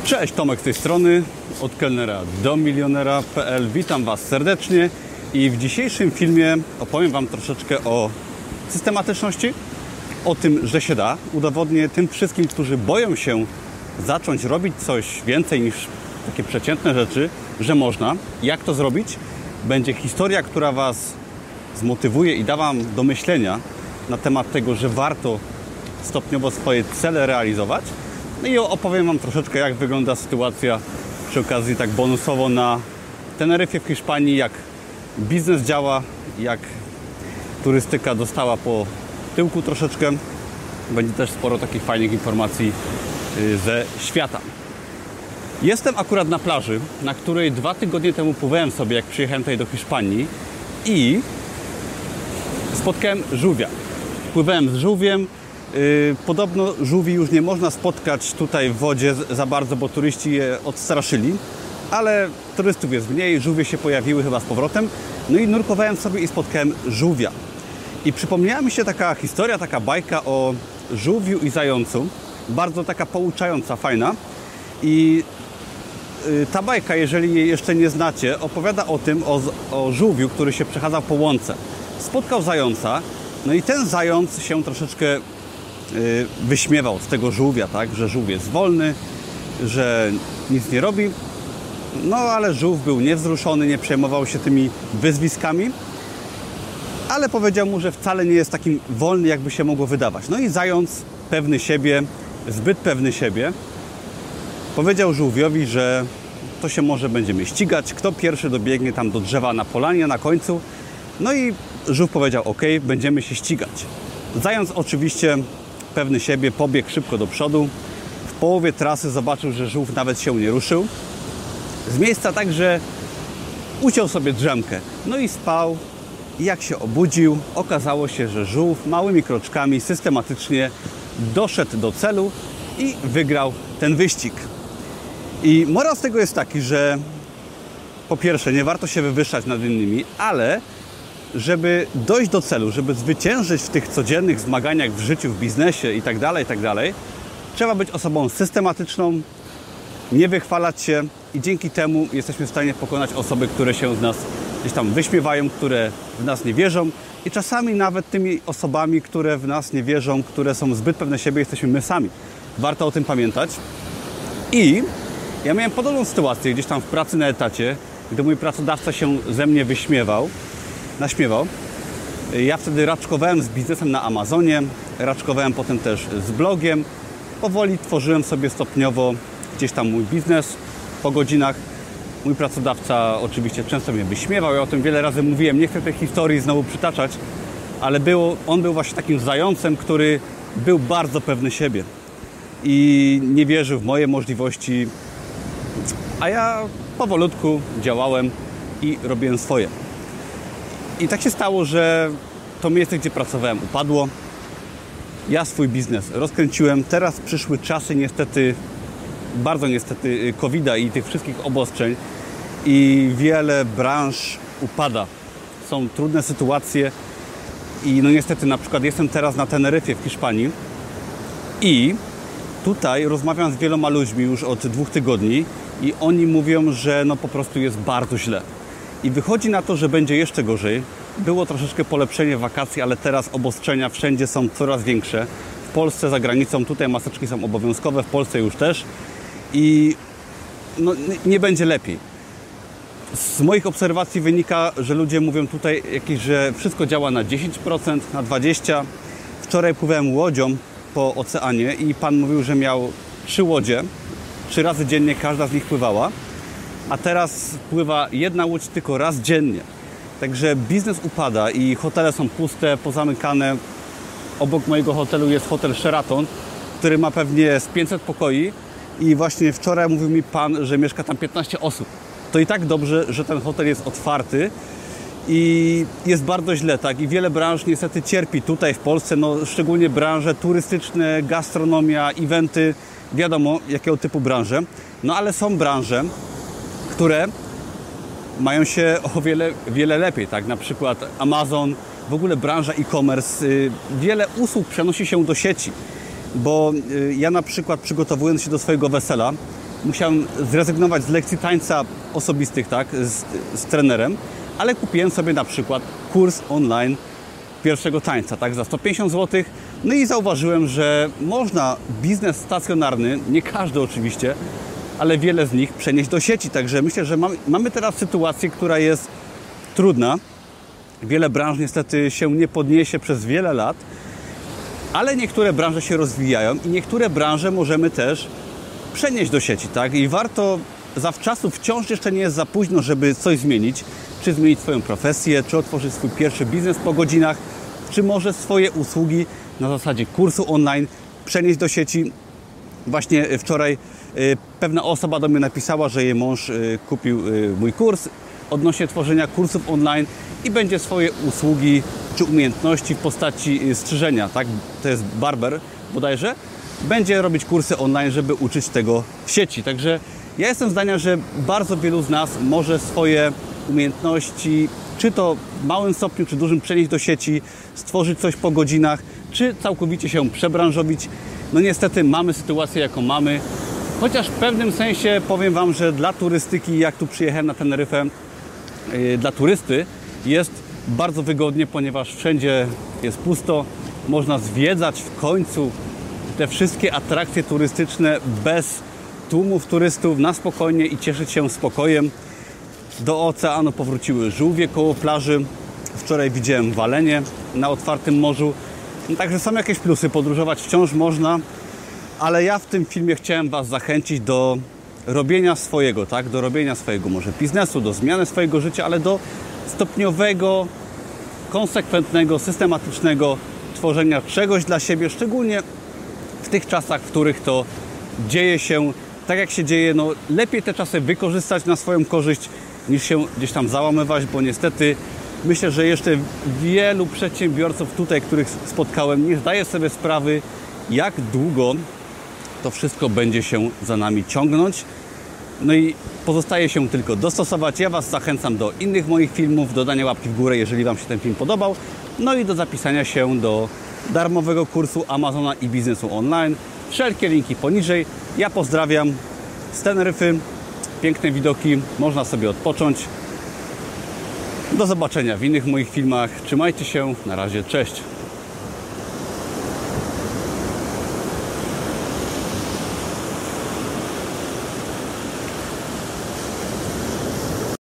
Cześć, Tomek z tej strony, od kelnera do milionera.pl. Witam Was serdecznie i w dzisiejszym filmie opowiem Wam troszeczkę o systematyczności, o tym, że się da. Udowodnię tym wszystkim, którzy boją się zacząć robić coś więcej niż takie przeciętne rzeczy, że można. Jak to zrobić? Będzie historia, która Was zmotywuje i da Wam do myślenia na temat tego, że warto stopniowo swoje cele realizować. No i opowiem Wam troszeczkę, jak wygląda sytuacja przy okazji tak bonusowo na Teneryfie w Hiszpanii, jak biznes działa, jak turystyka dostała po tyłku troszeczkę. Będzie też sporo takich fajnych informacji ze świata. Jestem akurat na plaży, na której 2 tygodnie temu pływałem sobie, jak przyjechałem tutaj do Hiszpanii i spotkałem żółwia. Pływałem z żółwiem. Podobno żółwi już nie można spotkać tutaj w wodzie za bardzo, bo turyści je odstraszyli, ale turystów jest mniej, żółwie się pojawiły chyba z powrotem. No i nurkowałem sobie i spotkałem żółwia. I przypomniała mi się taka historia, taka bajka o żółwiu i zającu, bardzo taka pouczająca, fajna. I ta bajka, jeżeli jej jeszcze nie znacie, opowiada o tym, o żółwiu, który się przechadzał po łące. Spotkał zająca, no i ten zając się troszeczkę wyśmiewał z tego żółwia, tak, że żółw jest wolny, że nic nie robi. No ale żółw był niewzruszony, nie przejmował się tymi wyzwiskami, ale powiedział mu, że wcale nie jest takim wolny, jakby się mogło wydawać. No i zając, pewny siebie, zbyt pewny siebie, powiedział żółwiowi, że to się może będziemy ścigać, kto pierwszy dobiegnie tam do drzewa na polanie, na końcu. No i żółw powiedział, ok, będziemy się ścigać. Zając oczywiście pewny siebie pobiegł szybko do przodu. W połowie trasy zobaczył, że żółw nawet się nie ruszył z miejsca, tak że uciął sobie drzemkę. No i spał. I jak się obudził, okazało się, że żółw małymi kroczkami systematycznie doszedł do celu i wygrał ten wyścig. I morał z tego jest taki, że po pierwsze nie warto się wywyższać nad innymi, ale żeby dojść do celu, żeby zwyciężyć w tych codziennych zmaganiach w życiu, w biznesie i tak dalej, trzeba być osobą systematyczną, nie wychwalać się i dzięki temu jesteśmy w stanie pokonać osoby, które się z nas gdzieś tam wyśmiewają, które w nas nie wierzą i czasami nawet tymi osobami, które w nas nie wierzą, które są zbyt pewne siebie, jesteśmy my sami. Warto o tym pamiętać. I ja miałem podobną sytuację gdzieś tam w pracy na etacie, gdy mój pracodawca się ze mnie naśmiewał. Ja wtedy raczkowałem z biznesem na Amazonie, raczkowałem potem też z blogiem. Powoli tworzyłem sobie stopniowo gdzieś tam mój biznes po godzinach. Mój pracodawca oczywiście często mnie wyśmiewał, ja o tym wiele razy mówiłem, nie chcę tej historii znowu przytaczać, ale on był właśnie takim zającem, który był bardzo pewny siebie i nie wierzył w moje możliwości, a ja powolutku działałem i robiłem swoje. I tak się stało, że to miejsce, gdzie pracowałem, upadło. Ja swój biznes rozkręciłem. Teraz przyszły czasy niestety, bardzo niestety COVID-a i tych wszystkich obostrzeń i wiele branż upada. Są trudne sytuacje i no niestety na przykład jestem teraz na Teneryfie w Hiszpanii i tutaj rozmawiam z wieloma ludźmi już od 2 tygodni i oni mówią, że no po prostu jest bardzo źle. I wychodzi na to, że będzie jeszcze gorzej. Było troszeczkę polepszenie w wakacji, ale teraz obostrzenia wszędzie są coraz większe. W Polsce, za granicą, tutaj maseczki są obowiązkowe, w Polsce już też. I no, nie będzie lepiej. Z moich obserwacji wynika, że ludzie mówią tutaj jakieś, że wszystko działa na 10%, na 20%. Wczoraj pływałem łodzią po oceanie i pan mówił, że miał 3 łodzie. 3 razy dziennie każda z nich pływała. A teraz pływa 1 łódź tylko raz dziennie. Także biznes upada i hotele są puste, pozamykane. Obok mojego hotelu jest hotel Sheraton, który ma pewnie z 500 pokoi i właśnie wczoraj mówił mi pan, że mieszka tam 15 osób. To i tak dobrze, że ten hotel jest otwarty i jest bardzo źle, tak? I wiele branż niestety cierpi tutaj w Polsce, no szczególnie branże turystyczne, gastronomia, eventy, wiadomo jakiego typu branże. No ale są branże, które mają się o wiele lepiej, tak? Na przykład Amazon, w ogóle branża e-commerce, wiele usług przenosi się do sieci, bo ja na przykład przygotowując się do swojego wesela, musiałem zrezygnować z lekcji tańca osobistych, tak, z trenerem, ale kupiłem sobie na przykład kurs online pierwszego tańca, tak, za 150 zł. No i zauważyłem, że można biznes stacjonarny, nie każdy oczywiście, ale wiele z nich przenieść do sieci. Także myślę, że mamy teraz sytuację, która jest trudna. Wiele branż niestety się nie podniesie przez wiele lat, ale niektóre branże się rozwijają i niektóre branże możemy też przenieść do sieci, tak? I warto zawczasu, wciąż jeszcze nie jest za późno, żeby coś zmienić, czy zmienić swoją profesję, czy otworzyć swój pierwszy biznes po godzinach, czy może swoje usługi na zasadzie kursu online przenieść do sieci. Właśnie wczoraj pewna osoba do mnie napisała, że jej mąż kupił mój kurs odnośnie tworzenia kursów online i będzie swoje usługi czy umiejętności w postaci strzyżenia, tak? To jest barber bodajże. Będzie robić kursy online, żeby uczyć tego w sieci. Także ja jestem zdania, że bardzo wielu z nas może swoje umiejętności, czy to w małym stopniu, czy dużym, przenieść do sieci, stworzyć coś po godzinach, czy całkowicie się przebranżowić. No niestety mamy sytuację, jaką mamy. Chociaż w pewnym sensie powiem Wam, że dla turystyki, jak tu przyjechałem na Teneryfę, dla turysty jest bardzo wygodnie, ponieważ wszędzie jest pusto. Można zwiedzać w końcu te wszystkie atrakcje turystyczne bez tłumów turystów na spokojnie i cieszyć się spokojem. Do oceanu powróciły żółwie koło plaży. Wczoraj widziałem walenie na otwartym morzu. Także są jakieś plusy, podróżować wciąż można, ale ja w tym filmie chciałem Was zachęcić do robienia swojego, tak? Do robienia swojego może biznesu, do zmiany swojego życia, ale do stopniowego, konsekwentnego, systematycznego tworzenia czegoś dla siebie, szczególnie w tych czasach, w których to dzieje się tak, jak się dzieje. No, lepiej te czasy wykorzystać na swoją korzyść, niż się gdzieś tam załamywać, bo niestety myślę, że jeszcze wielu przedsiębiorców tutaj, których spotkałem, nie zdaje sobie sprawy, jak długo to wszystko będzie się za nami ciągnąć. No i pozostaje się tylko dostosować. Ja Was zachęcam do innych moich filmów, do dania łapki w górę, jeżeli Wam się ten film podobał. No i do zapisania się do darmowego kursu Amazona i biznesu online. Wszelkie linki poniżej. Ja pozdrawiam z Teneryfy. Piękne widoki, można sobie odpocząć. Do zobaczenia w innych moich filmach. Trzymajcie się, na razie, cześć.